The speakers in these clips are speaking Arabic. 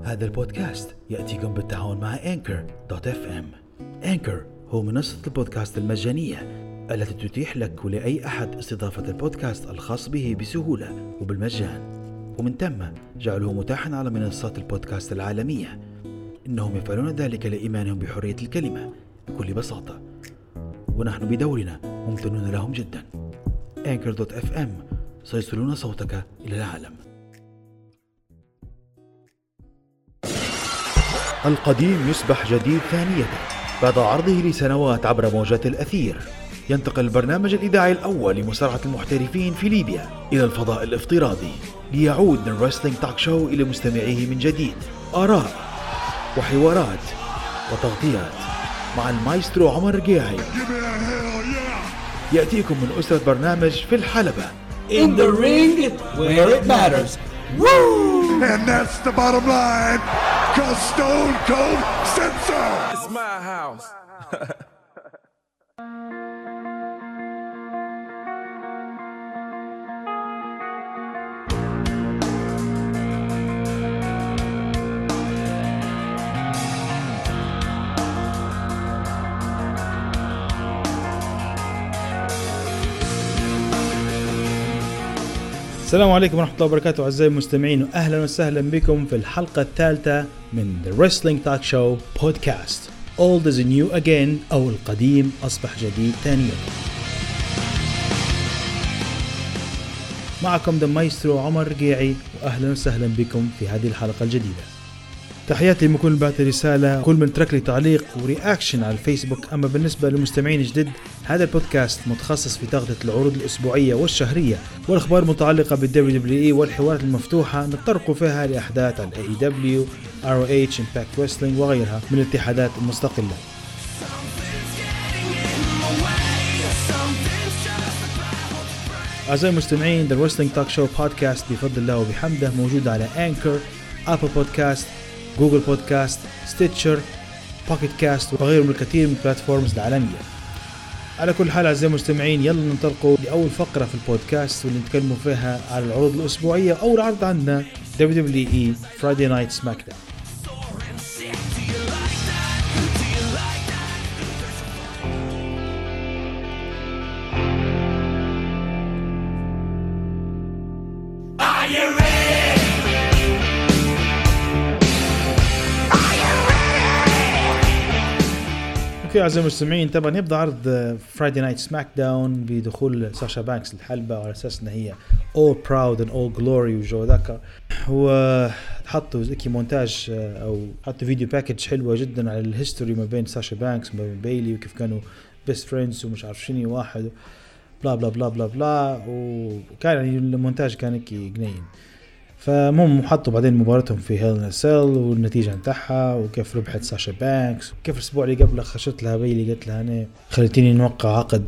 هذا البودكاست يأتيكم بالتعاون مع Anchor.fm. Anchor هو منصة البودكاست المجانية التي تتيح لك ولأي أحد استضافة البودكاست الخاص به بسهولة وبالمجان، ومن ثم جعله متاحا على منصات البودكاست العالمية. إنهم يفعلون ذلك لإيمانهم بحرية الكلمة بكل بساطة، ونحن بدورنا ممتنون لهم جدا. Anchor.fm سيصلون صوتك إلى العالم. القديم يصبح جديد ثانية. بعد عرضه لسنوات عبر موجات الأثير، ينتقل البرنامج الإذاعي الأول لمصارعة المحترفين في ليبيا إلى الفضاء الافتراضي، ليعود The Wrestling Talk Show إلى مستمعيه من جديد. آراء وحوارات وتغطيات مع المايسترو عمر رقيعي. يأتيكم من أسرة برنامج في الحلبة. In the ring where it matters. Woo! And that's the bottom line, 'cause Stone Cold said so. It's my house. السلام عليكم ورحمة الله وبركاته أعزائي المستمعين، وأهلا وسهلا بكم في الحلقة الثالثة من The Wrestling Talk Show Podcast. Old is new again، أو القديم أصبح جديد ثانيا. معكم The Maestro عمر رقيعي، وأهلا وسهلا بكم في هذه الحلقة الجديدة. تحياتي لكل من بعت رسالة، كل من ترك لي تعليق ورياكشن على الفيسبوك. أما بالنسبة للمستمعين الجدد، هذا البودكاست متخصص في تغطية العروض الأسبوعية والشهرية والأخبار المتعلقة بالWWE والحوارات المفتوحة نتطرق فيها لأحداث على AEW, ROH, Impact Wrestling وغيرها من الاتحادات المستقلة. أعزائي المستمعين، The Wrestling Talk Show Podcast بفضل الله وبحمده موجود على Anchor, Apple Podcast, جوجل بودكاست، ستيتشر، بوكيت كاست وغيره من الكثير من البلاتفورمز العالمية. على كل حال أعزائي المستمعين، يلا ننطلقوا لأول فقرة في البودكاست واللي نتكلموا فيها على العروض الأسبوعية. أول عرض عندنا WWE Friday Night SmackDown. أعزائي المستمعين، طبعا يبدأ عرض Friday Night SmackDown بدخول ساشا بانكس للحلبة، وعلى أساس إن هي all proud and all glory وجو ذاك. هو حطوا زي مونتاج أو حطوا فيديو باكج حلوة جدا على الهيستوري ما بين ساشا بانكس وما بين بايلي، وكيف كانوا best friends ومش عارف شنو واحد بلا بلا بلا بلا بلا، وكان يعني المونتاج كان كي جنين. فمهم حطوا بعدين مباراتهم في هيل إن سيل والنتيجة نتاعها، وكيف ربحت ساشا بانكس، وكيف الأسبوع اللي قبله خشت لها بايلي قالت لها أنا خليتيني نوقع عقد،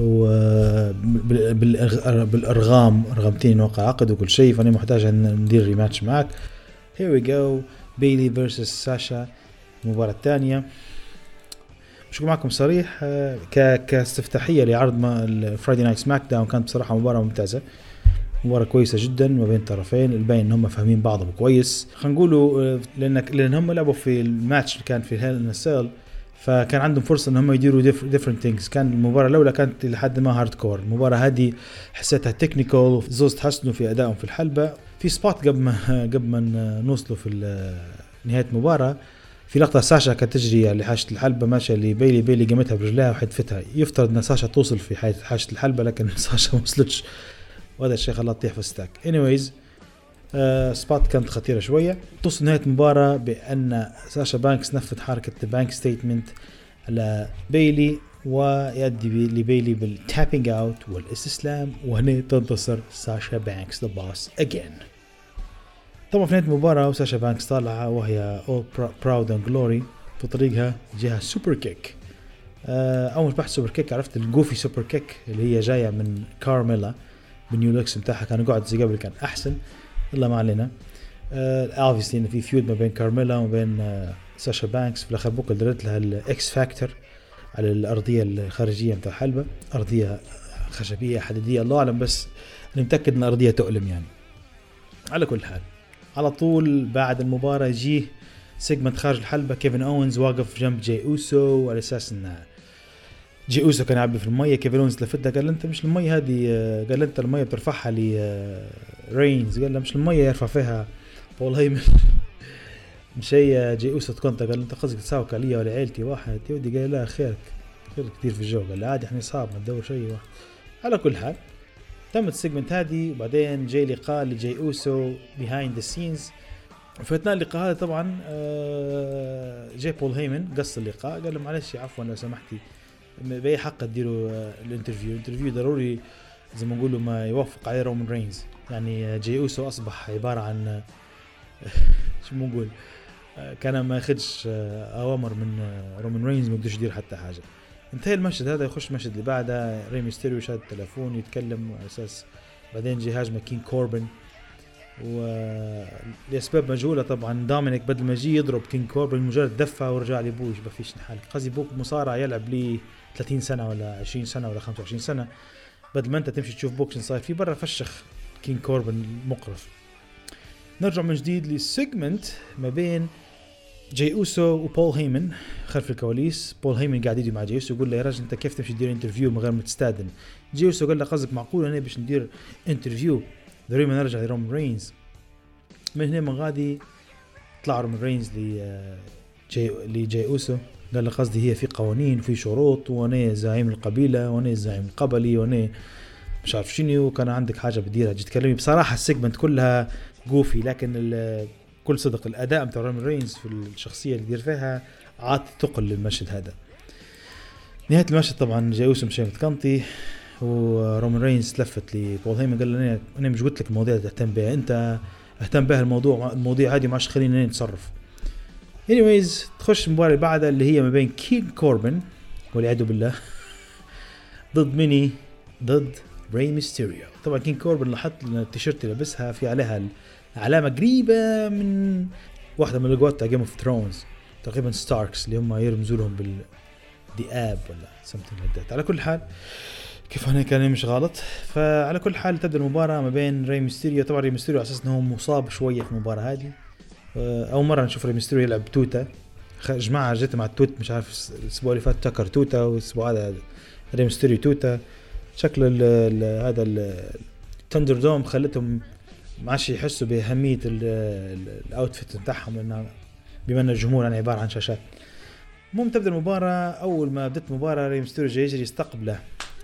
بالأرغام رغمتيني نوقع عقد وكل شيء، فأنا محتاج أن ندير ريماتش معك. here we go بايلي versus ساشا. المباراة الثانية مش معكم صريح كاستفتاحية لعرض الفرايدي نايت سماك داون، كانت بصراحة مباراة ممتازة، مباراة كويسة جدا ما بين طرفين، الباين انهم فاهمين بعضهم كويس. خلينا نقولوا لان هم لعبوا في الماتش اللي كان في هيل إن سيل، فكان عندهم فرصة ان هم يديروا different things. كان المباراة الاولى كانت لحد ما هارد كور، المباراة هذه حسيتها تكنيكال، زوز تحسنوا في ادائهم في الحلبة. في سبوت قبل ما نوصلوا في نهاية المباراة، في لقطة ساشا كانت تجري على حاشة الحلبة ماشية لبايلي قامتها برجلها وحدفتها. يفترض ان ساشا توصل في حاشة الحلبة، لكن ساشا وصلتش، وهذا الشيء خلاه تطيح في الستاك. anyways سبوت كانت خطيرة شوية. توصل نهاية المباراة بأن ساشا بانكس نفذ حركة بانك ستيتمنت على بايلي، ويؤدي لبايلي بالتابينج اوت والاستسلام، وهنا تنتصر ساشا بانكس the boss again. طبعا في نهاية المباراة وساشا بانكس طالعة وهي all proud and glory، في طريقها جهة سوبر كيك. أول بحث سوبر كيك عرفت الجوفي سوبر كيك اللي هي جاية من كارميلا بالنيو لوكس متاعها، كان قاعد زي قبل كان أحسن، إلا ما علينا. obviously إن في فيود ما بين كارميلا وما بين ساشا بانكس. في الآخر بوكل درت لها الإكس فاكتور على الأرضية الخارجية متاع الحلبة، أرضية خشبية حديدية الله أعلم، بس أنا متأكد إن الأرضية تؤلم يعني. على كل حال على طول بعد المباراة جيه سيجمنت خارج الحلبة، كيفن أوينز واقف جنب جاي أوسو على أساس إنه جاي أوسو كان يعبي في المية. كيفن أوينز لفتها قال أنت مش المية هذه، قال أنت المية بترفعها لي رينز، قال له مش المية يرفع فيها بول هيمن. مشي جاي أوسو تكونت قال أنت قصدك تساوك عليا ولا عيلتي واحد يودي؟ قال لا خيرك خير كتير في الجو، قال عادي احنا أصحاب ما تدور شيء واحد. على كل حال تمت السيجمنت هذه، وبعدين جاي لقاء لجاي أوسو behind the scenes. في أثناء اللقاء هذا طبعا جاي بول هيمن قص اللقاء، قال له معلش عفوا لو سمحتي بأي حق تديروا الانترفيو ضروري زي ما نقولوا ما يوافق عليه رومان رينز. يعني جاي أوسو أصبح عبارة عن شو نقول كان ما ياخدش أوامر من رومان رينز، ما يقدرش يدير حتى حاجة. انتهى المشهد هذا، يخش المشهد اللي بعده، ري ميستيريو شاد التلفون يتكلم على أساس بعدين جي هاجمه كين كوربن، ولأسباب مجهولة طبعا دومينيك بدل ما يجي يضرب كين كوربن مجرد دفع ورجع لي بوش بفيش نحال. قصدي بوك مصارع يلعب لي 30 سنة ولا 20 سنة ولا 25 سنة، بدل ما انت تمشي تشوف بوكس صاير في برا فشخ كين كوربن مقرف. نرجع من جديد للسيجمنت ما بين جاي أوسو وبول هيمن خلف الكواليس. بول هيمن قاعد يدي مع جاي أوسو يقول له يا راجل انت كيف تمشي تدير انترفيو من غير ما تستأذن؟ جاي أوسو قال له قصدك معقول انا باش ندير انترفيو ضروري ما نرجع لرومان رينز؟ من هنا من غادي طلع رومان رينز لجاي أوسو قال له قصدي هي في قوانين وفي شروط، وانا زعيم القبيلة وانا الزعيم القبلي وانا مش عارف شنو، وكان عندك حاجة بديرها جيت تكلمي. بصراحة السيجمنت كلها جوفي، لكن كل صدق الأداء متاع رومان رينز في الشخصية اللي يدير فيها عاد تقل للمشهد هذا. نهاية المشهد طبعا جاي أوسو مشي متكنطي، ورومان رينز تلفت لبول هيمن قال له أنا مش قلت لك المواضيع تهتم بها، أنت اهتم بها المواضيع هذه معش خلينا نتصرف. anyways تخش المباراة اللي بعدها اللي هي ما بين كين كوربن والعياذ بالله ضد ميني ضد ري ميستيريو. طبعا كين كوربن لاحظت التيشيرت اللي لبسها في عليها علامة قريبة من واحدة من القوات تاع جيم اوف ثرونز تقريبا ستاركس اللي هم يرمزوا لهم بالذئاب ولا something like that. على كل حال كيف هنا كان مش غلط. فعلى كل حال تبدأ المباراة ما بين ري ميستيريو. طبعا ري ميستيريو على أساس أنه مصاب شوية في المباراة هذه، أول مرة نشوف ري ميستيريو يلعب توتا. جماعة جت مع التوت مش عارف الأسبوع اللي فات تكر توتا والأسبوع هذا ري ميستيريو توتا. شكل هذا التندر دوم خلتهم معاش يحسوا بأهمية الأوتفيت بتاعهم، لأنه بما أن الجمهور يعني عبارة عن شاشات. المهم تبدأ المباراة. أول ما بدت المباراة ري ميستيريو يجري يستقبله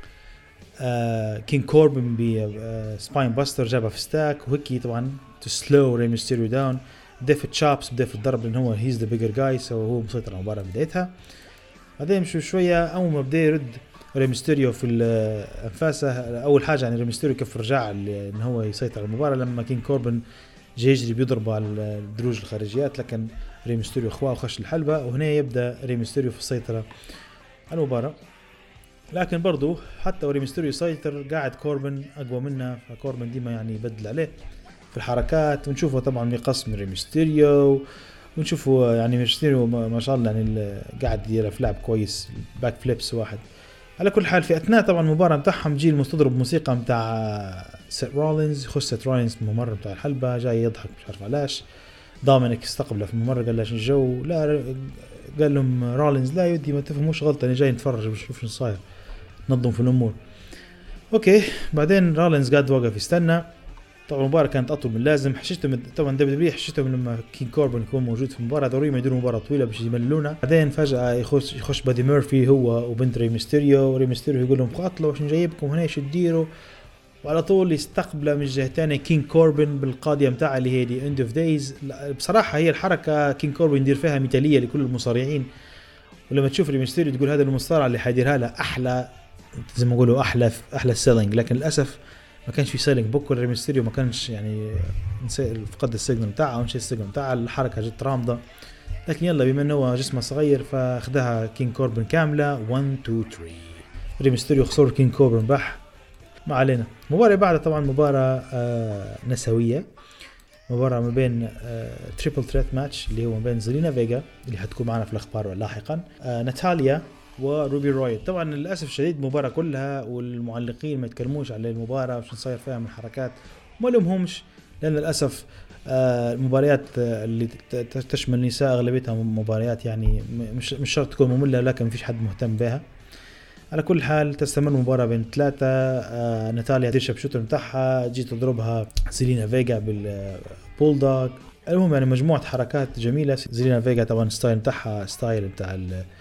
كين كوربن بسباين باستر جابها في ستاك وهيكي طبعا تسلو ري ميستيريو داون. بدأ في تشابس بدأ في الضرب لأن هو هيز ذا بيجر جاي، سو هو مسيطر على المباراة بدايتها. بعدين شوية أول ما بدأ يرد ري ميستيريو في الأنفاسة، أول حاجة يعني ري ميستيريو كيف رجع إن هو يسيطر على المباراة لما كين كوربن يجري بيضرب على الدروج الخارجيات، لكن ري ميستيريو أخواه وخش الحلبة، وهنا يبدأ ري ميستيريو في السيطرة على المباراة. لكن برضو حتى وري ميستيريو يسيطر قاعد كوربن أقوى منه، فكوربن ديما يعني يبدل عليه في الحركات. ونشوفه طبعا مقص من ري ميستيريو، ونشوفه يعني ميستيريو ما شاء الله يعني قاعد يلعب لعب كويس باك فليبس واحد. على كل حال في أثناء طبعا المباراة متاعهم جي المستضرب موسيقى متاع سيت رولينز، يخش سيت رولينز الممر متاع الحلبة جاي يضحك مش عارف علاش. دومينيك استقبله في الممر قال له شو الجو، لا قال لهم رولينز لا يودي ما تفهموش غلط أنا جاي نتفرج بشوف شو صاير نظم في الأمور. أوكي بعدين رولينز قاعد واقف يستنى. طبعا المباراة كانت أطول من اللازم. حشيتهم طبعا دبليو حشيتهم لما كين كوربن يكون موجود في المباراة ضروري ما يديروا مباراة طويلة باش يملونا. بعدين فجأة يخش بادي ميرفي هو وبنت ري ميستيريو، وري ميستيريو يقول لهم قاتلوا عشان جايبكم هنا شو تديروا، وعلى طول يستقبله من الجهة الثانية كين كوربن بالقاضية متاعه اللي هي دي اند اوف دايز. بصراحة هي الحركة كين كوربن يدير فيها مثالية لكل المصارعين، ولما تشوف ري ميستيريو تقول هذا المصارع اللي حيديرها له أحلى زي ما يقولوا أحلى سيلينج، لكن للأسف ما كانش في سيلينج بوك. ري ميستيريو ما كانش يعني فقد السيجنال بتاعه أو شيء السيجنال بتاعه، الحركة جت رامضة. لكن يلا بما أنه جسمه صغير فأخذها كين كوربن كاملة 1 2 3. ري ميستيريو خسر كين كوربن بح ما علينا. مباراة بعدها طبعا مباراة نسوية، مباراة ما بين تريبل ثريت ماتش اللي هو ما بين زيلينا فيجا اللي هتكون معنا في الأخبار لاحقا، ناتاليا وروبي رويال. طبعا للأسف الشديد المباراة كلها والمعلقين ما يتكلموش على المباراة وش نصير فيها من حركات ما لهمش، لأن للأسف المباريات اللي تشمل النساء أغلبيتها مباريات يعني مش شرط تكون مملة، لكن مفيش حد مهتم بها. على كل حال تستمر مباراة بين 3. ناتاليا دير شابشوتر متاعها جيت تضربها سيلينا فيجا بالبولدوغ. المهم يعني مجموعة حركات جميلة. سيلينا فيجا طبعا ستايل متاعها ستايل متاع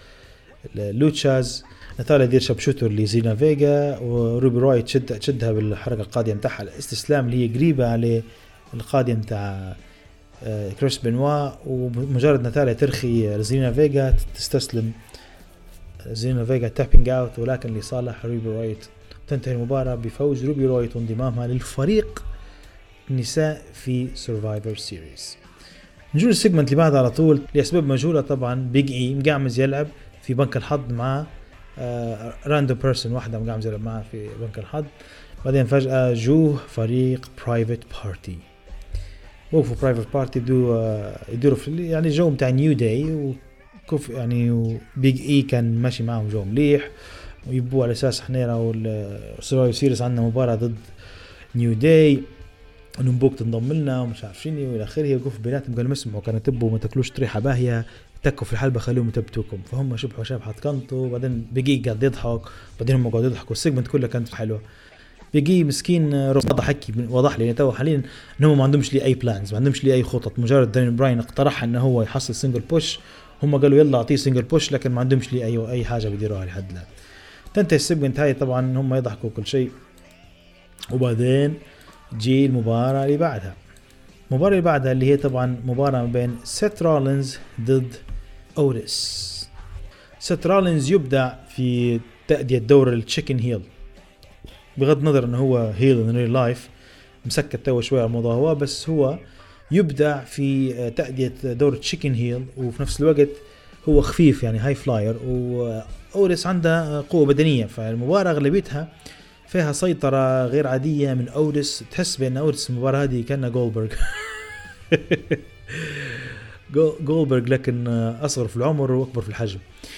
اللوتشاز. ناتاليا دير شابشوتر لسيلينا فيجا، وروبي روي تشدها بالحركة القادمة متاعها الاستسلام اللي هي قريبة على القادم متاع كريس بنوا. ومجرد ناتاليا ترخي سيلينا فيجا تستسلم سيلينا فيجا تابينج اوت، ولكن لصالح روبي رويت. تنتهي المباراة بفوز روبي رويت وانضمامها للفريق النساء في سيرفايفر سيريز. نجول السيجمنت اللي بعد على طول لأسباب مجهولة. طبعا بيج اي مقامز يلعب في بنك الحظ مع راندوم بيرسون واحدة مقامز يلعب معها في بنك الحظ. بعدين فجأة جوه فريق برايفت بارتي، وقفوا برايفت بارتي بدو يدوروا في يعني جو متاع نيو داي وكوف يعني. وبيج اي كان ماشي معهم جو مليح ويبوا على اساس حنيرة والسيرفايفر سيريز عندنا مباراة ضد نيو داي ونبوك تنضم لنا ومش عارفيني والى اخره. وقف بيناتهم قالوا اسمعوا كانوا تبوا ما تاكلوش طريحه باهيه، تكوا في الحلبه خليهم يتبتوكم. فهم شبحوا كنطوا. بعدين بيجي قاعد يضحك، بعدين هم قاعدوا يضحكوا. السيجمنت كلها كانت حلوه. بيجي مسكين رصد حكي وضح لي تو حاليا انهم ما عندهمش لي اي بلانز، ما عندهمش لي اي خطط. مجرد داني براين اقترح انه هو يحصل سنجل بوش، هم قالوا يلا اعطيه سنجل بوش، لكن ما عندهمش لي اي حاجه بيديروها لحد الان. تنتهي السيجمنت هاي طبعا هم يضحكوا كل شيء. وبعدين جي المباراة اللي بعدها. المباراة اللي بعدها اللي هي طبعا مباراة بين سيث رولينز ضد أوريس. سيث رولينز يبدع في تأدية دور التشيكن هيل، بغض النظر انه هو هيل ان ريل لايف، مسكت تو شوية على الموضوع هو، بس هو يبدع في تأدية دور التشيكن هيل، وفي نفس الوقت هو خفيف يعني هاي فلاير. وأوريس عنده قوة بدنية، فالمباراة أغلبيتها فيها سيطرة غير عادية من أوريس. تحس بأن أوريس المباراة هذه كأنها جولبرغ جولبرغ لكن أصغر في العمر وأكبر في الحجم.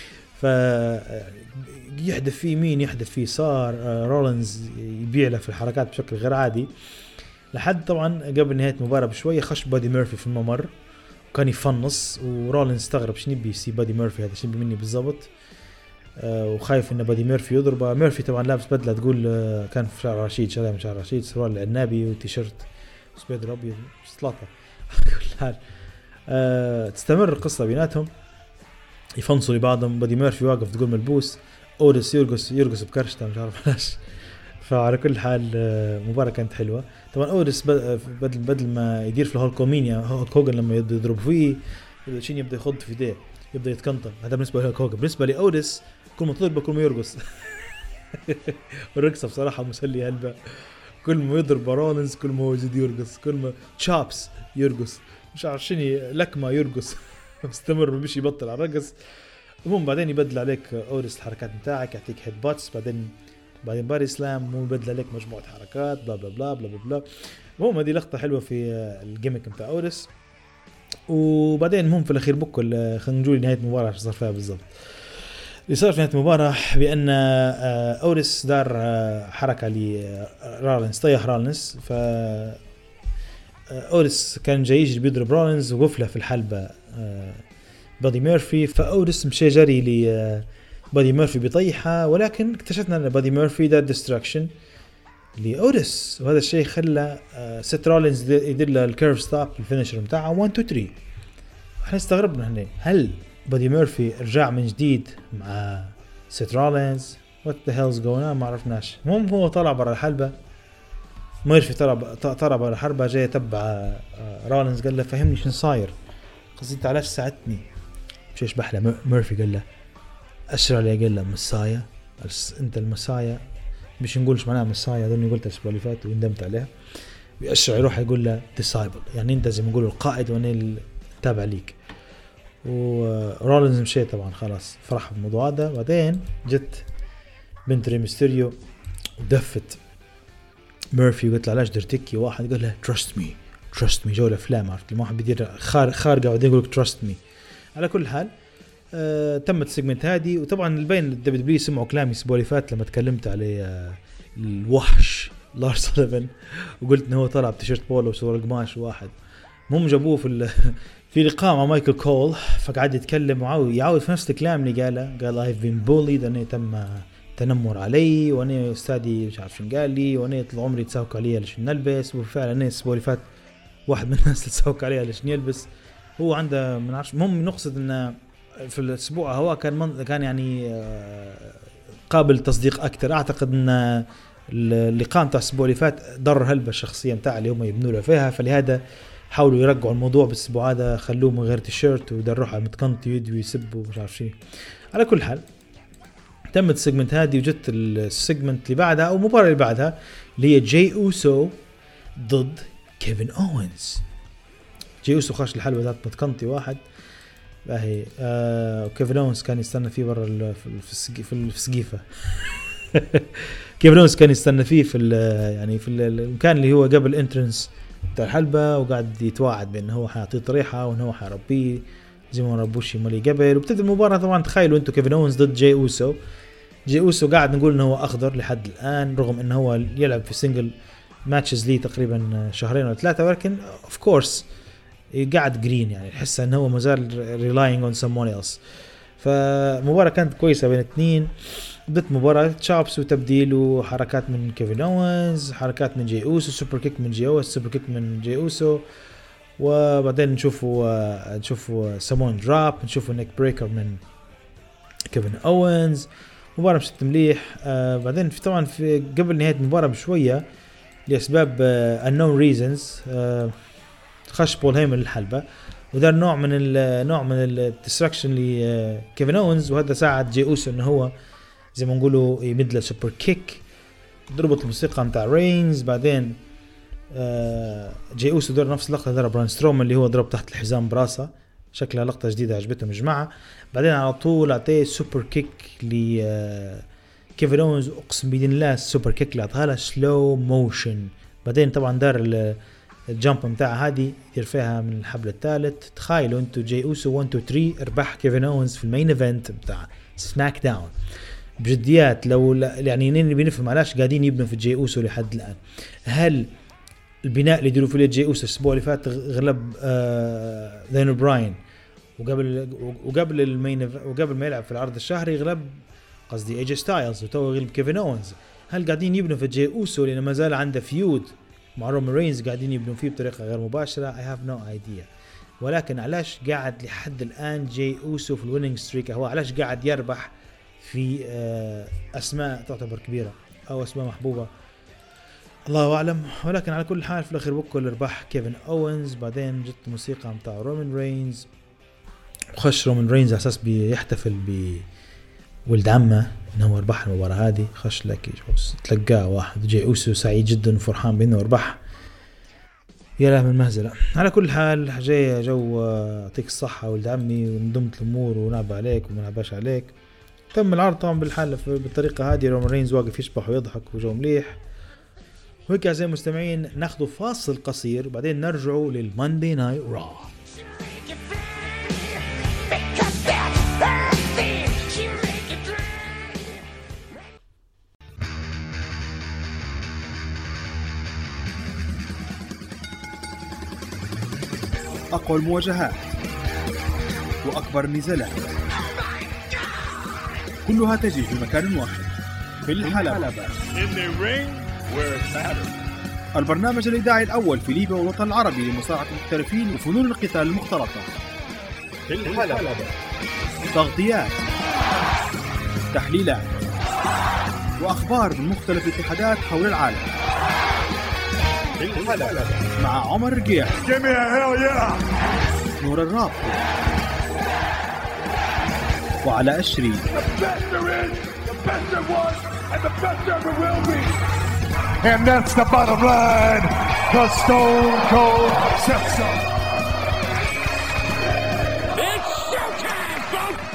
فيحدث فيه يمين يحدث فيه يسار. رولينز يبيع له في الحركات بشكل غير عادي، لحد طبعا قبل نهاية المباراة بشوية خش بادي ميرفي في الممر وكان يفنص. ورولينز استغرب شنو بيسي بادي ميرفي هذا شنو مني بالضبط، وخايف ان بادي ميرفي يضربه. ميرفي طبعا لابس بدله تقول كان في شعر رشيد، شارع من شعر رشيد، سروال عنابي وتيشيرت سبيدر ابيض سلطه. كل حال تستمر القصه بيناتهم، يفنصوا لبعضهم. بادي ميرفي واقف تقول ملبوس، اوريس يرقص بكرشته مش عارف ليش. فعلى كل حال مباراة كانت حلوه. طبعا اوريس بدل ما يدير في الهولكومينيا هوجن لما يضرب فيه شين يبدا يخض في يديه يبدا يتكنطر. هذا بالنسبه له هوجن. بالنسبه لاوريس كل ما تضربه كل ما يرقص. الرقصه بصراحه مسليه هلبا. كل ما يضرب رولينز كل ما هو يزيد يرقص، كل ما تشابس يرقص، مش عارف شنو لك ما يرقص. مستمر مش يبطل على الرقص. المهم بعدين يبدل عليك اوريس الحركات بتاعك، يعطيك هيد باتس، بعدين باري سلام، مو يبدل عليك مجموعه حركات بلا بلا بلا بلا بلا. المهم هذه لقطه حلوه في الجيميك بتاع اوريس. وبعدين المهم في الاخير بكل خلينا نقول نهايه المباراه ايش صار فيها بالضبط. اللي صار في نهايه المباراه بان اوريس دار حركه لرولينز، طيح رولينز. ف اوريس كان جاي يجري بيضرب رولينز وقفله في الحلبه بادي ميرفي. فاوريس مشى جري لبادي ميرفي بيطيحها، ولكن اكتشفنا ان بادي ميرفي دار ديستراكشن لأوريس، وهذا الشيء خلى سيث رولينز يدير له الكيرف ستوب الفينيشر بتاعه 1 2 3. احنا استغربنا هنا، هل بادي ميرفي رجع من جديد مع سيث رولينز؟ what the hell's going on؟ ما عرفناش. المهم هو طلع برا الحلبة، ميرفي طلع برا الحلبة جاي تبع رولينز، قال له فهمني شنو صاير، قصدي انت علاش ساعدتني؟ مش يشبح له ميرفي، قال له أشر عليه، قال له مسايا، انت المسايا، مش نقولش معناها مسايا، هذا اللي قلت الاسبوع اللي فات وندمت عليها. بيأشر يروح يقول له disciple، يعني انت زي ما نقولوا القائد وانا التابع ليك. ورولينز مشي طبعا خلاص فرح بالموضوع هذا. بعدين جت بنت ريمستيريو ودفت ميرفي وقلت له علاش درتكي؟ واحد قال له trust me جو الافلام، عرفت لما واحد بيدير خارقه وبعدين يقول لك trust me. على كل حال تمت السيجمنت هذه. وطبعا البين الدبليو سمعوا كلامي الاسبوع اللي فات لما تكلمت على الوحش لارس سوليفان وقلت انه هو طلع بتيشيرت بولو وصور قماش واحد. هم جابوه في لقاء مع مايكل كول فقعد يتكلم ويعاود في نفس الكلام اللي قال I've been bullied أنا تم تنمر علي وأنا أستاذي مش عارف شن قال لي وأنا طول عمري تساوك علي ليش نلبس. وفعلا الناس بوليفات واحد من الناس تساوك عليها ليش يلبس. هو عنده من عارف مهم نقصد إنه في الأسبوع هو كان يعني قابل تصديق أكتر. أعتقد إن اللقاء متاع الأسبوع اللي فات ضر هلبة الشخصية متاع اللي هم يبنوا له فيها فلهذا حاولوا يرجعوا الموضوع بالاسبوع هذا خلوه من غير تيشيرت ودروها متقنط يد ويسبوا مش عارف شيء. على كل حال تمت السيجمنت هذه وجت السيجمنت اللي بعدها او المباراة اللي بعدها اللي هي جاي اوسو ضد كيفن اوينز. جاي اوسو خش الحلبة ذات متقنطي واحد باهي وكيفن اوينز كان يستنى فيه برا في السقيفة كيفن اوينز كان يستنى فيه في يعني في المكان اللي هو قبل انترنس بتاع الحلبة وقاعد يتواعد بأنه هو حيعطيه طريحة وأنه هو حيربيه زي ما ربوش مالي قبل. وبتبدأ المباراة طبعا تخيلوا أنتوا كيفن أوينز ضد جاي أوسو. جاي أوسو قاعد نقول أنه هو أخضر لحد الآن رغم أنه هو يلعب في سينجل ماتشز لي تقريبا 2 أو 3 ولكن of course قاعد جرين يعني حس أنه هو مازال relying on someone else. فمباراة كانت كويسة بين الاثنين. بدت مباراة تشابس وتبديل وحركات من كيفن أوينز حركات من جاي أوسو سوبر كيك من جاي أوسو سوبر كيك من جاي أوسو وبعدين نشوفوا سامون دراب نشوفوا نيك بريكر من كيفن أوينز. مباراة مشت مليح. بعدين في طبعا في قبل نهاية المباراة بشوية لأسباب unknown reasons خش بول هيمن الحلبة وده نوع من الديستراكشن لكيفن أوينز وهذا ساعد جاي أوسو إنه هو زي ما نقولوا يمد له سوبر كيك ضربت الموسيقى متاع رينز. بعدين جاي أوسو دور نفس اللقطة ضرب بران سترومان اللي هو ضرب تحت الحزام براسه شكلها لقطة جديدة عجبتهم جماعة. بعدين على طول اعطيه سوبر كيك لكيفن أوينز اقسم بالله السوبر كيك اللي اعطاها له سلو موشن. بعدين طبعا دار الجامب متاعها هذه يدير فيها من الحبل الثالث. تخيلوا انتوا جاي أوسو 1 2 3 اربح كيفن أوينز في المين ايفنت بتاع سماك داون بجديات. لو يعني نبي نفهم علاش قاعدين يبنوا في جاي أوسو لحد الآن. هل البناء اللي يديروا فيه جاي أوسو الأسبوع اللي فات غلب دانيال براين وقبل المين وقبل ما يلعب في العرض الشهري غلب قصدي ايجي ستايلز وتو غلب كيفن أوينز. هل قاعدين يبنوا في جاي أوسو لأنه ما زال عنده فيود مع رومان رينز قاعدين يبنوا فيه بطريقة غير مباشرة؟ I have no idea. ولكن علاش قاعد لحد الآن جاي أوسو في الويننج ستريك؟ هو علاش قاعد يربح في أسماء تعتبر كبيرة أو أسماء محبوبة؟ الله أعلم. ولكن على كل حال في الأخير بكل ربح كيفن أوينز. بعدين جت الموسيقى متاع رومان رينز خش رومان رينز على أساس بيحتفل بولد عمه إنه ربح المباراة هذه. خش لك تلقاه واحد جاي أوسو سعيد جدا وفرحان بأنه ربح. يا له من مهزلة. على كل حال جاي جو أعطيك الصحة ولد عمي وندمت الأمور ونعب عليك وما نعباش عليك. تم العرض طبعا بالحالة بالطريقة هذه. رومان رينز واقف يشبح ويضحك وجو مليح. وهيك أعزائي المستمعين ناخذ فاصل قصير وبعدين نرجعوا للماندي نايت را. أقوى المواجهات وأكبر النزالات كلها تجي في مكان واحد في الحلبة. البرنامج الإذاعي الأول في ليبيا والوطن العربي لمصارعة المحترفين وفنون القتال المختلطة. في الحلبة تغطيات تحليلات وأخبار من مختلف الاتحادات حول العالم. في الحلبة مع عمر رقيع نور الرابط وعلى أشري. And that's the bottom line, the Stone Cold said so. It's showtime, folks!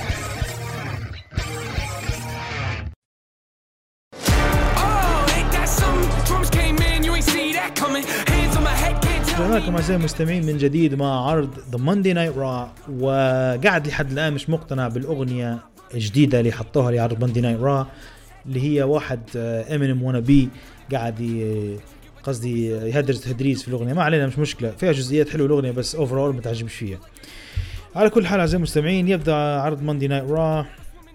Oh, ain't that something? Drums came in, you ain't see that coming. Hands on my head, can't tell me. معكم أعزائي المستمعين من جديد مع عرض The Monday Night Raw. وقاعد لحد الآن مش مقتنع بالأغنية الجديدة اللي حطوها لعرض Monday Night Raw اللي هي واحد امينيم وانا بي قاعد قصدي يهدرج تدريس في الأغنية. ما علينا، مش مشكلة، فيها جزئيات حلوة الأغنية بس overall ما تعجبش فيها. على كل حال أعزائي المستمعين، يبدأ عرض Monday Night Raw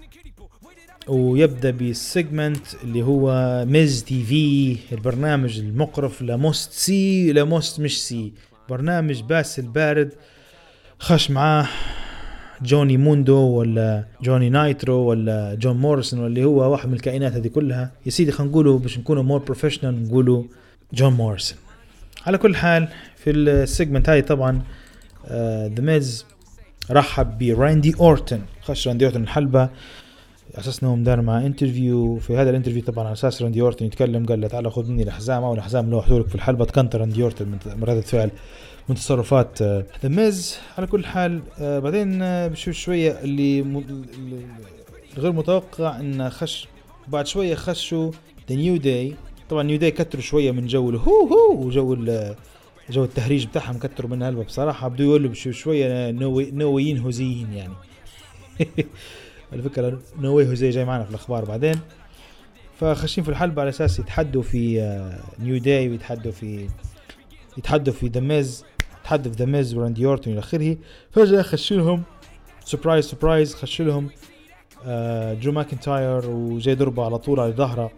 ويبدأ بالسيجمنت اللي هو ميز تي في، البرنامج المقرف لموست سي لموست مش سي، برنامج باس البارد. خش معاه جوني موندو ولا جوني نايترو ولا جون موريسون، واللي هو واحد من الكائنات هذه كلها. يا سيدي خلينا نقوله باش نكونوا مور بروفيشنال نقوله جون موريسون. على كل حال في السيجمنت هاي طبعا ذا ميز رحب براندي اورتن. خش راندي اورتن الحلبة اساس انهم دار مع انترفيو. في هذا الانترفيو طبعا على اساس راندي اورتن يتكلم، قال له تعال خذ مني الحزام او الحزام اللي وحدولك في الحلبة. تكنتر راندي اورتن من ردة فعل من تصرفات ذا ميز. على كل حال بعدين بشوف شوية اللي غير متوقع ان خش بعد شوية خشوا ذا نيو داي. طبعا نيو داي كتروا شوية من جو هو وجو التهريج بتاعهم، كتروا من هلبة بصراحة. بدو يقولوا بشوف شوية نوويين هوزيين يعني. على فكرة نووي هوزي جاي معنا في الأخبار بعدين. فخشين في الحلبة على أساس يتحدوا في نيو داي ويتحدوا في ذا ميز، يتحدوا في ذا ميز وراندي اورتن إلى آخره. فجأة خشلهم سبرايز خشلهم درو ماكنتاير وجاي ضربة على طول على ظهره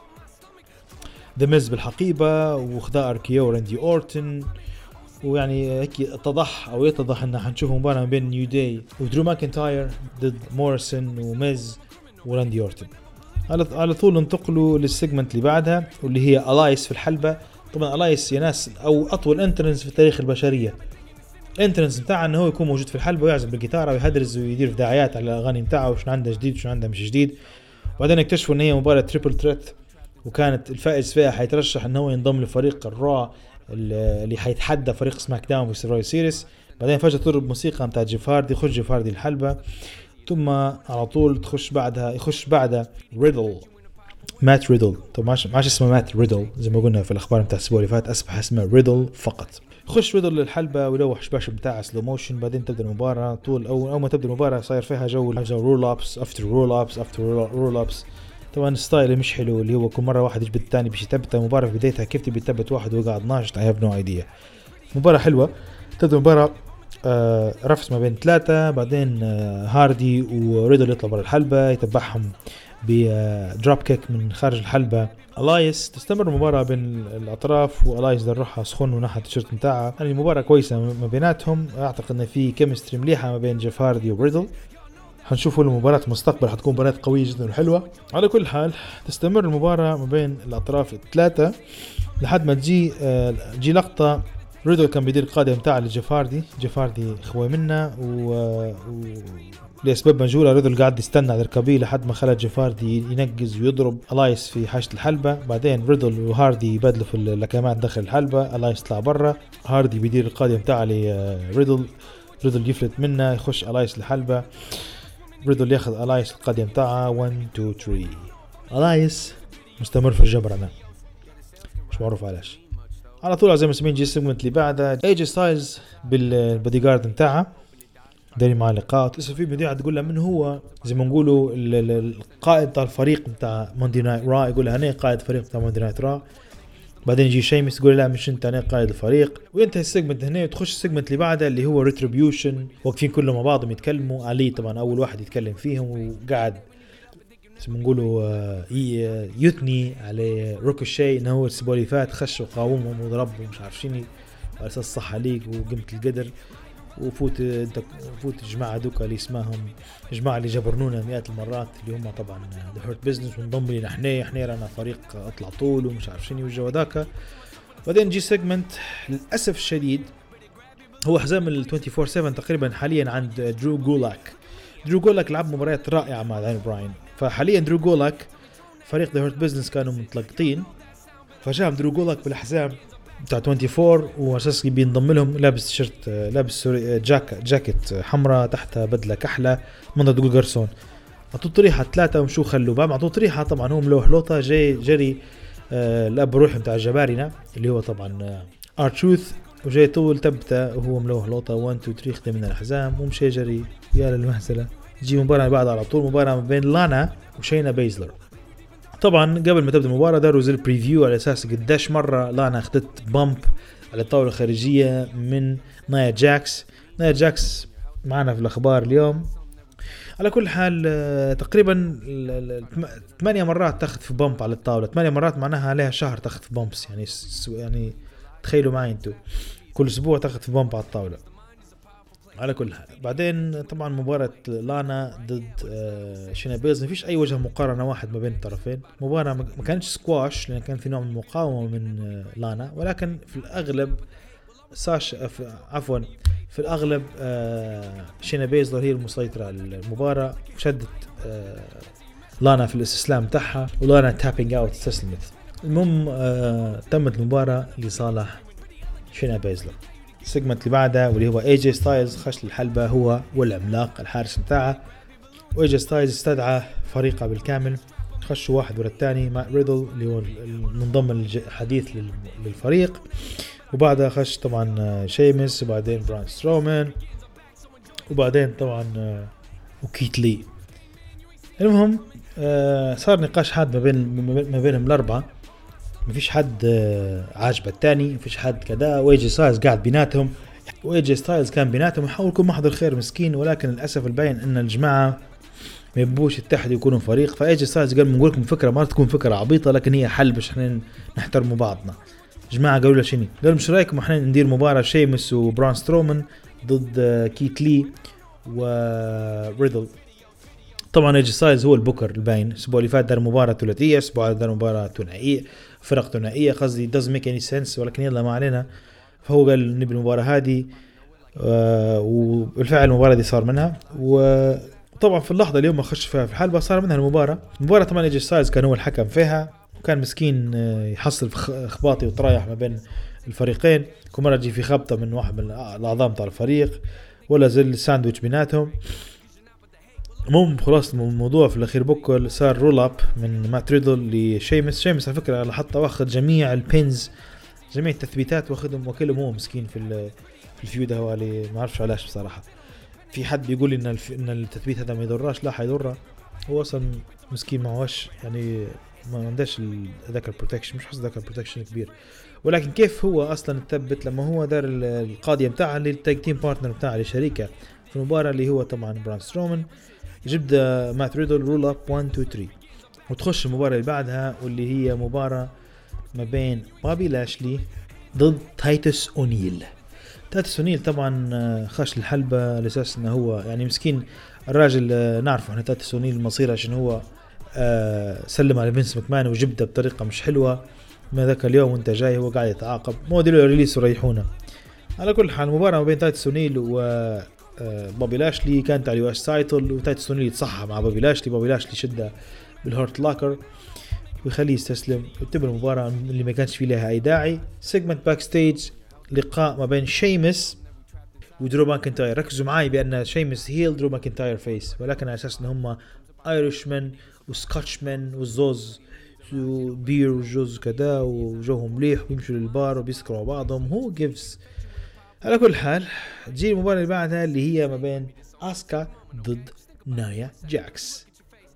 ذا ميز بالحقيبة وخذا اركيو راندي اورتن. ويعني هيك يتضح ان حنشوف مباراة بين نيو داي ودرو ماكنتاير ضد موريسون وميز وراندي اورتن. على طول ننتقلوا للسيجمنت اللي بعدها واللي هي الايس في الحلبة. طبعا الايس يا ناس او اطول انترنس في تاريخ البشرية. انترنس بتاعه انه هو يكون موجود في الحلبة ويعزف بالجيتار ويهدرز ويدير في دعايات على الاغاني بتاعه وشو عنده جديد وشو عنده مش جديد. وبعدين اكتشفوا ان هي مباراة تريبل تريت، وكانت الفائز فيها حيترشح انه هو ينضم لفريق الرا اللي حيتحدى فريق سماك داون في سيرفايفر سيريس. بعدين فجأة تضرب موسيقى متاع جيفاردي، يخش جيفاردي الحلبة، ثم على طول يخش بعدها مات ريدل. طبعا ماش اسمه مات ريدل زي ما قلنا في الاخبار متاع الاسبوع اللي فات، اصبح اسمه ريدل فقط. يخش ريدل للحلبة ويلوح شباش بتاع سلو موشن. بعدين تبدا المباراة طول او ما تبدا المباراة صاير فيها جو رول ابس افتر رول ابس. طبعا الستايل مش حلو، اللي هو كل مرة واحد يجبد الثاني باش يثبت المباراة. في بدايتها كيف تبي تثبت واحد وقاعد ناشط؟ I have no idea. مباراة حلوة. تبدأ مباراة رفس ما بين ثلاثة. بعدين هاردي وريدل يطلع برا الحلبة يتبعهم بدروب كيك من خارج الحلبة. الايس تستمر المباراة بين الاطراف، والايس درحها سخن ونحى التيشيرت متاعها. يعني مباراة كويسة ما بيناتهم. اعتقد ان في كيمستري مليحة ما بين جيف هاردي وريدل. هنشوفوا المباراة المستقبل حتكون مباراة قوية جدا وحلوة. على كل حال تستمر المباراة ما بين الأطراف الثلاثة لحد ما تجي لقطة ريدل كان بيدير القادم بتاعه لجيفاردي. جيفاردي خوي منه لأسباب مجهولة ريدل قاعد يستنى على الركبيه لحد ما خلى جيفاردي ينقز ويضرب الايس في حاشة الحلبة. بعدين ريدل وهاردي يبادلوا في اللكمات داخل الحلبة. الايس طلع برا، هاردي بيدير القادم بتاعه لريدل، ريدل يفلت منه، يخش الايس الحلبة. ريدل ياخذ الايس القادم بتاعه 1 2 3. الايس مستمر في الجبرنة مش معروف علاش. على طول زي ما سمين جي السيجمنت اللي بعده ايجي ستايلز بالبودي جارد بتاعه داري مع لقاءات. لسه في بديعة تقول له من هو زي ما نقولوا القائد بتاع الفريق بتاع موندي نايت را. يقول له انا قائد فريق بتاع موندي نايت را. بعدين يجي شيمس يقول لا مش انت، انا قائد الفريق. وينتهي السيجمنت هنا وتخش السيجمنت اللي بعده اللي هو ريتريبيوشن. واقفين كلهم مع بعضهم يتكلموا. علي طبعا اول واحد يتكلم فيهم وقاعد زي ما نقولوا يثني على روكوشي انه هو الاسبوع اللي فات خش وقاومهم وضربهم مش عارف شنو على اساس صح عليك وقمت القدر. وفوت الجماعة دوكا اللي اسمهم الجماعة اللي جبرنونا مئات المرات اللي هم طبعا The Hurt Business ونضم لنا احنا رانا فريق اطلع طول ومش عارف شنو والجو ذاك. بعدين جي سيجمنت للأسف الشديد هو حزام ال 24/7 تقريبا حاليا عند درو جولاك. درو جولاك لعب مباريات رائعة مع داني براين. فحاليا درو جولاك فريق The Hurt Business كانوا متلقطين، فجاء درو جولاك بالحزام بتاع 24 واساس بينضم لهم لابس تيشرت لابس جاكيت حمراء تحتها بدله كحله منذ تقول جرسون. عطوا طريحه ثلاثه ومشوا خلوا بقى عطوا طريحه. طبعا هو ملوح لوطه جاي جري الاب روحي بتاع الجبارنه اللي هو طبعا ارتروث وجاي طول تبته وهو ملوح لوطه 1 2 3 خدم من الحزام ومشي جري يا للمهزله. تجي مباراه بعد على طول مباراه بين لانا وشينا بيزلر. طبعا قبل ما تبدأ المباراة داروا زي البريفيو على أساس قداش مرة لانا أخذت بامب على الطاولة الخارجية من نايا جاكس. نايا جاكس معنا في الأخبار اليوم. على كل حال تقريبا 8 مرات تاخذ في بامب على الطاولة. 8 مرات معناها عليها شهر تاخذ في بامبس، يعني تخيلوا معي انتو كل اسبوع تاخذ في بامب على الطاولة. على كل حال بعدين طبعا مباراة لانا ضد شينا بيلز ما فيش اي وجه مقارنة واحد ما بين الطرفين. مباراة ما كانتش سكواش لان كان في نوع من المقاومة من لانا، ولكن في الاغلب في الأغلب شينا بيزلر هي المسيطرة على المباراة. شدت لانا في الاستسلام تاعها ولانا تابينج اوت استسلمت. المهم تمت المباراة لصالح شينا بيزلر. السيجمنت اللي بعدها واللي هو اي جي ستايلز خش للحلبة هو والعملاق الحارس بتاعه، واي جي ستايلز استدعى فريقه بالكامل. خشوا واحد ورا الثاني مع ريدل اللي هو المنضم الحديث للفريق، وبعدها خش طبعا شيمس وبعدين بران سترومان وبعدين طبعا وكيت لي. المهم صار نقاش حاد ما بينهم الأربعة. ما فيش حد عاجبه الثاني، ما فيش حد كذا. وايجي ستايلز قاعد بيناتهم، وايجي ستايلز كان بيناتهم يحاول يكون محضر خير مسكين، ولكن للأسف البين ان الجماعة ما يبوش يتحدوا يكونوا فريق. فايجي ستايلز قال بنقول لكم فكرة ما تكون فكرة عبيطة لكن هي حل باش احنا نحترموا بعضنا. جماعة قالوا له شنو؟ قالوا مش رايكم احنا ندير مباراة شيمس وبران سترومان ضد كيت لي وريدل. طبعا ايجي ستايلز هو البوكر الباين. الاسبوع اللي فات دار مباراة ثلاثية، الاسبوع دار مباراة ثنائية، فرق ثنائية قصدي doesn't make any sense، ولكن يلا ما علينا. فهو قال نبي المباراة هذه وبالفعل المباراة دي صار منها. وطبعا في اللحظة اليوم ما خش فيها في الحلبة صار منها المباراة. طبعا ايجي ستايلز كان هو الحكم فيها، وكان مسكين يحصل في خباطي وترايح ما بين الفريقين. كل مرة يجي في خبطة من واحد من الأعضاء تاع الفريق ولا زي الساندويتش بيناتهم. المهم خلاص الموضوع في الأخير بكل صار رول أب من مات ريدل لشيمس. شيمس على فكرة حتى واخد جميع البينز جميع التثبيتات واخدهم وكلهم هو مسكين في الفيود هوالي. ما أعرفش علاش بصراحة. في حد بيقول إن التثبيت هذا ما يضرش، لا حيضره. هو أصلا مسكين ما هوش يعني ما عندهش ذاك البروتكشن، مش حصل ذاك البروتكشن كبير. ولكن كيف هو اصلا تثبت لما هو دار القاضيه بتاعه للتاج تيم بارتنر بتاعه لشريكه في المباراه اللي هو طبعا بران سترومان. جبدا مات ريدل رول اب 1 2 3 وتخش المباراه اللي بعدها واللي هي مباراه ما بين بابي لاشلي ضد تايتوس اونيل. تايتوس اونيل طبعا خش الحلبة لأساس انه هو يعني مسكين الراجل نعرفه احنا تايتوس اونيل مصيره عشان هو سلم على فينس ماكمان وجبده بطريقة مش حلوة. ما ذاك اليوم وانت جاي هو قاعد يتعاقب مو ديلو ريليس وريحونا. على كل حال المباراة ما بين تايتوس اونيل وبابي لاشلي كانت على US تايتل وتايتوس اونيل يتصحح مع بابي لاشلي شده بالهورت لاكر ويخليه يستسلم وتبقى المباراة اللي ما كانش فيه لها اي داعي. سيجمنت باك ستيج لقاء ما بين شيمس ودرو ماكنتاير. ركزوا معي بأن شيمس هيل درو ماكنتاير فيس، ولكن على أساس أن هم ايرشمان وسكوتشمان والزوز وبير وجوز كذا وجوهم مليح ويمشوا للبار وبيسكروا بعضهم. هو جيفز. على كل حال تجي المباراة اللي بعدها اللي هي ما بين اسكا ضد نايا جاكس.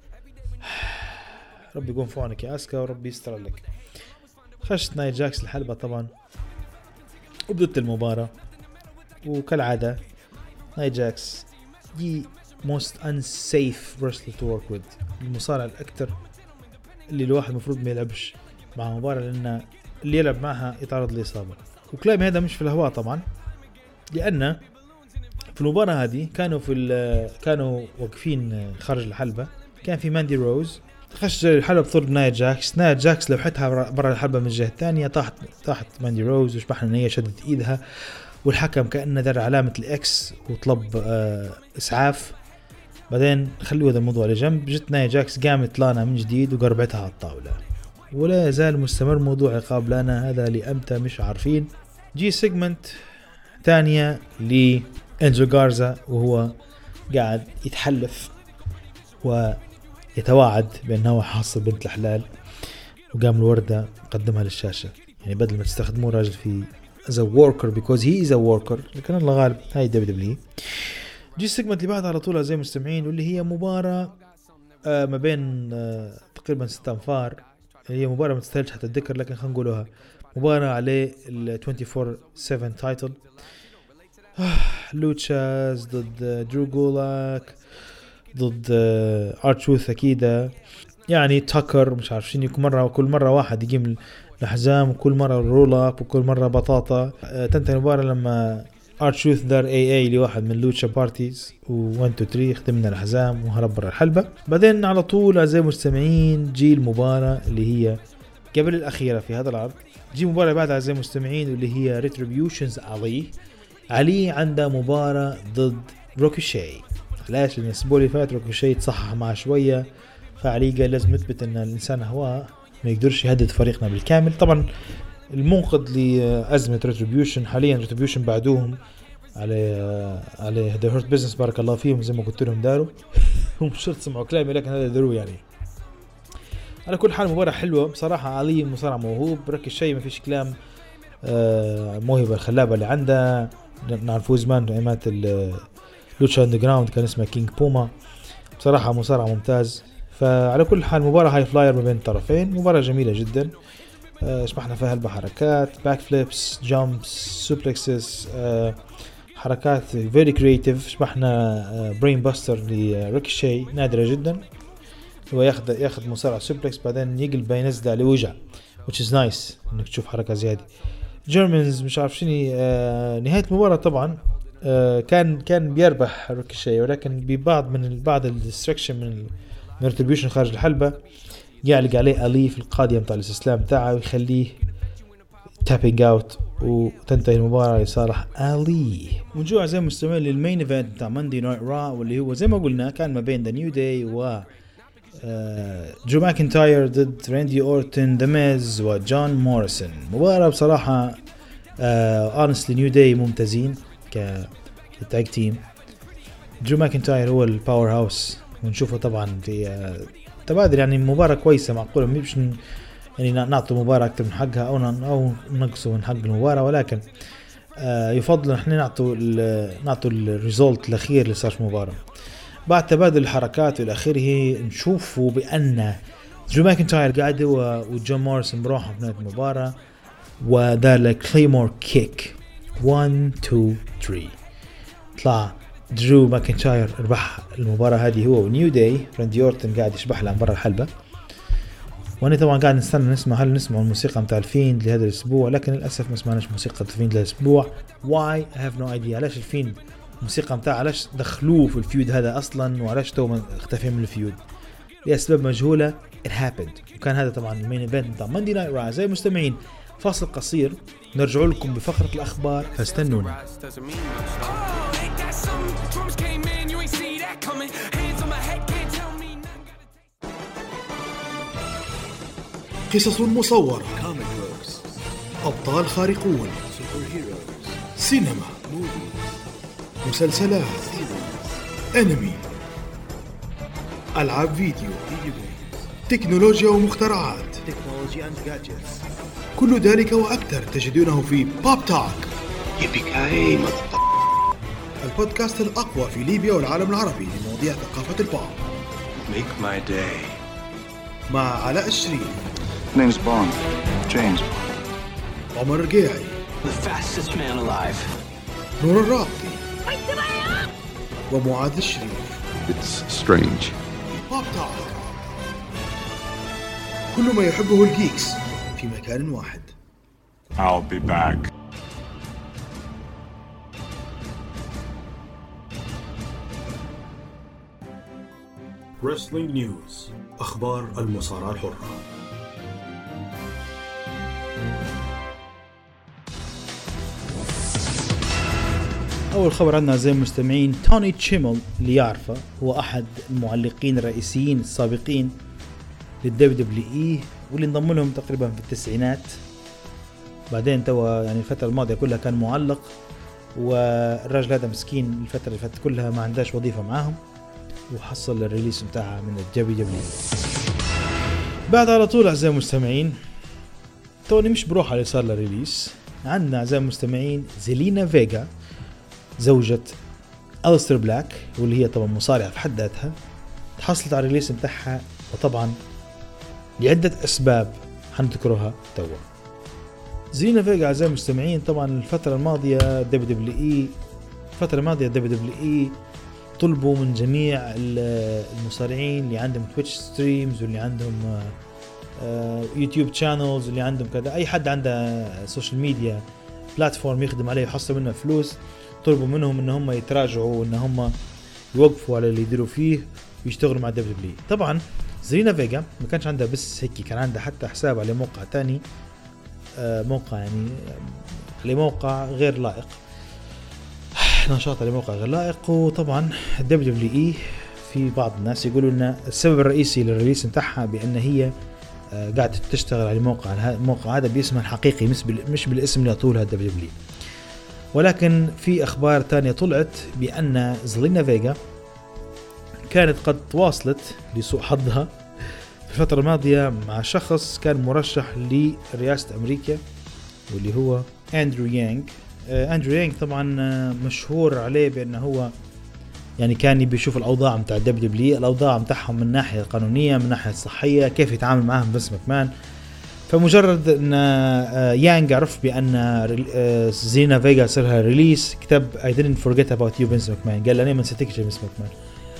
ربي يكون في عونك يا اسكا وربي يستر لك. خشت نايا جاكس الحلبة طبعا وبدت المباراة وكالعادة نايا جاكس دي most unsafe wrestler to work with. المصارع الأكثر اللي الواحد مفروض ما يلعبش مع مباراة لأن اللي يلعب معها يتعرض لإصابة. وكلام هذا مش في الهواء طبعا، لأن في المباراة هذه كانوا واقفين خارج الحلبة. كان في ماندي روز خش الحلبة بطرد نايا جاكس لوحتها برا الحلبة من الجهة الثانية. طاحت ماندي روز وشبحنا ان هي شدت ايدها والحكم كأنه دار علامة الإكس وطلب إسعاف. بعدين خلوا هذا الموضوع لجنب. جت نايا جاكس قامت لانا من جديد وقربتها على الطاولة ولا يزال مستمر موضوع عقاب لانا هذا لأمتى مش عارفين. جي سيجمنت ثانية لإنجو غارزا وهو قاعد يتحلف ويتواعد بأنه حاصل بنت الحلال وقام الوردة قدمها للشاشة. يعني بدل ما تستخدموه راجل في as a worker because he is a worker لكن الله غالب. هاي WWE. جي السيجمنت اللي بعد على طول زي مستمعين واللي هي مباراة ما بين تقريبا 6 أنفار. هي مباراة ما تستاهلش حتى الذكر، لكن خلينا نقولها مباراة عليه ال 24/7 تايتل. لوتشاز ضد درو جولاك ضد ارتروث اكيد، يعني تاكر مش عارف شنو، كل مرة واحد يجيب الحزام، وكل مرة رول اب، وكل مرة بطاطا. تنتهي المباراة لما ارتروث دار اي لواحد من لوتشا بارتيز و1 2 3 خدمنا الحزام وهرب برا الحلبة. بعدين على طول اعزائي المستمعين جي المباراة اللي هي قبل الاخيرة في هذا العرض، جي مباراة بعد اعزائي المستمعين واللي هي ريتريبيوشنز. علي عنده مباراة ضد روكوشي. علاش؟ لأن الأسبوع اللي فات روكوشي تصحح معه شوية، فعلي قال لازم نثبت أن الإنسان هو ما يقدرش يهدد فريقنا بالكامل. طبعا المنقذ لأزمة ريتريبيوشن حاليا، ريتريبيوشن بعدوهم على The Hurt Business بارك الله فيهم، زي ما قلت لهم داروا ومش شرط سمعوا كلامي لكن هذا داروا يعني. على كل حال مباراة حلوة بصراحة. علي مصارع موهوب، روكوشي ما فيش كلام، موهبة الخلابة اللي عنده. نعرفوه زمان ايامات لوتشا اندرجراوند كان اسمه كينج بوما، بصراحة مصارع ممتاز. فعلى كل حال مباراة هاي فلاير ما بين الطرفين، مباراة جميلة جدا. شبحنا فيها بحركات باك فليبس، جامبس، سوبلكسز، حركات فيري كرياتيف. شبحنا برين باستر لريكوشي نادرة جدا، هو ياخذ مصارع سوبلكس بعدين يقلب ينزل على وجع which is nice انك تشوف حركة زيادة. جيرمنز مش عارف شنو. نهاية المباراة طبعا كان بيربح روكوشي، ولكن بعض الديستركشن من ريتريبيوشن خارج الحلبة يعلق عليه ألي في القاضية متاع الاستسلام تاعه ويخليه تابينج اوت، وتنتهي المباراة لصالح ألي. ونجوع زي مستمر للمين ايفنت متاع ماندي نايت را، واللي هو زي ما قلنا كان ما بين ذا نيو داي و جو ماكنتاير ضد راندي اورتن، ذا ميز وجون موريسون. مباراة بصراحة honestly نيو داي ممتازين كتاج تيم. جو ماكنتاير هو الباور هاوس، ونشوفه طبعا في تبادل، يعني مباراة كويسة معقولة، مش يعني نعطي مباراة أكثر من حقها أو نقصه من حق المباراة، ولكن يفضل نحن نعطوا الريزولت الأخير اللي صار في المباراة. بعد تبادل الحركات والى اخره نشوفوا بان جو ماكنتاير قاعد هو وجون موريسون بروحهم في نهاية المباراة، ودار لك كليمور كيك 1 2 3 طلع درو ماكنتاير ربح المباراة هذه هو ونيو داي. راندي اورتن قاعد يشبح له برا الحلبة، وانا طبعا قاعد نستنى نسمع الموسيقى متاع الفيند لهذا الاسبوع، لكن للاسف ما سمعناش موسيقى الفيند للاسبوع. why I have no idea. علاش الفيند الموسيقى متاع علاش دخلوه في الفيود هذا اصلا، وعلاش تو اختفى من الفيود لاسباب مجهوله. it happened. وكان هذا طبعا المين ايفنت متاع ماندي نايت را. زي المستمعين فاصل قصير نرجع لكم بفقره الاخبار، فاستنونا. قصص مصورة، أبطال خارقون، سينما، مسلسلات، أنمي، ألعاب فيديو، تكنولوجيا ومخترعات، كل ذلك وأكثر تجدونه في بوب توك، البودكاست الأقوى في ليبيا والعالم العربي لمواضيع ثقافة البوب. Make my day. مع علاء الشريف، Name's Bond. James. عمر رقيعي، The fastest man alive. نور الرابطي، ومعاذ الشريف. It's strange. بوب توك، كل ما يحبه الجيكس في مكان واحد. I'll be back. Wrestling News، أخبار المصارعة الحرة. أول خبر عندنا زي المستمعين توني تشيمل، اللي يعرفه هو أحد المعلقين الرئيسيين السابقين للDWE واللي انضم لهم تقريبا في التسعينات. بعدين توا يعني الفترة الماضية كلها كان معلق، والراجل هذا مسكين الفترة اللي فاتت كلها ما عندهاش وظيفة معاهم، وحصل الريليس بتاعها من WWE. بعد على طول أعزائي المستمعين توني مش بروح على صار الريليس، عندنا أعزائي المستمعين زيلينا فيغا زوجة ألستر بلاك، واللي هي طبعا مصارعة في حد ذاتها، تحصلت على الريليس بتاعها. وطبعا لعدة أسباب حنذكرها توا. زيلينا فيجا أعزائي المستمعين، طبعا الفترة الماضية WWE طلبوا من جميع المصارعين اللي عندهم تويتش ستريمز واللي عندهم يوتيوب شانلز واللي عندهم كذا، أي حد عنده سوشيال ميديا بلاتفورم يخدم عليه يحصل منه فلوس، طلبوا منهم ان هم يتراجعوا وان هم يوقفوا على اللي يديروا فيه ويشتغلوا مع WWE. طبعا زيلينا فيجا ما كانش عندها بس هيك، كان عندها حتى حساب على موقع تاني، موقع يعني على موقع غير لائق، نشاط على موقع غير لائق. وطبعا WWE في بعض الناس يقولوا ان السبب الرئيسي للريليس نتاعها بان هي قاعدة تشتغل على الموقع هذا باسمها الحقيقي مش بالاسم اللي طولها WWE. ولكن في أخبار تانية طلعت بأن زيلينا فيجا كانت قد تواصلت لسوء حظها في الفترة الماضية مع شخص كان مرشح لرئاسة أمريكا واللي هو أندرو يانغ. أندرو يانغ طبعا مشهور عليه بأنه هو يعني كان بيشوف الأوضاع متاع WWE، الأوضاع متاعهم من ناحية قانونية من ناحية صحية، كيف يتعامل معهم بس مكمان. فمجرد ان يانغ عرف بان زيلينا فيجا صارها ريليس، كتب I didn't forget about you بنس مكمان، قال لي ما نسيتكش يا بنس مكمان.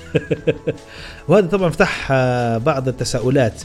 وهذا طبعا فتح بعض التساؤلات،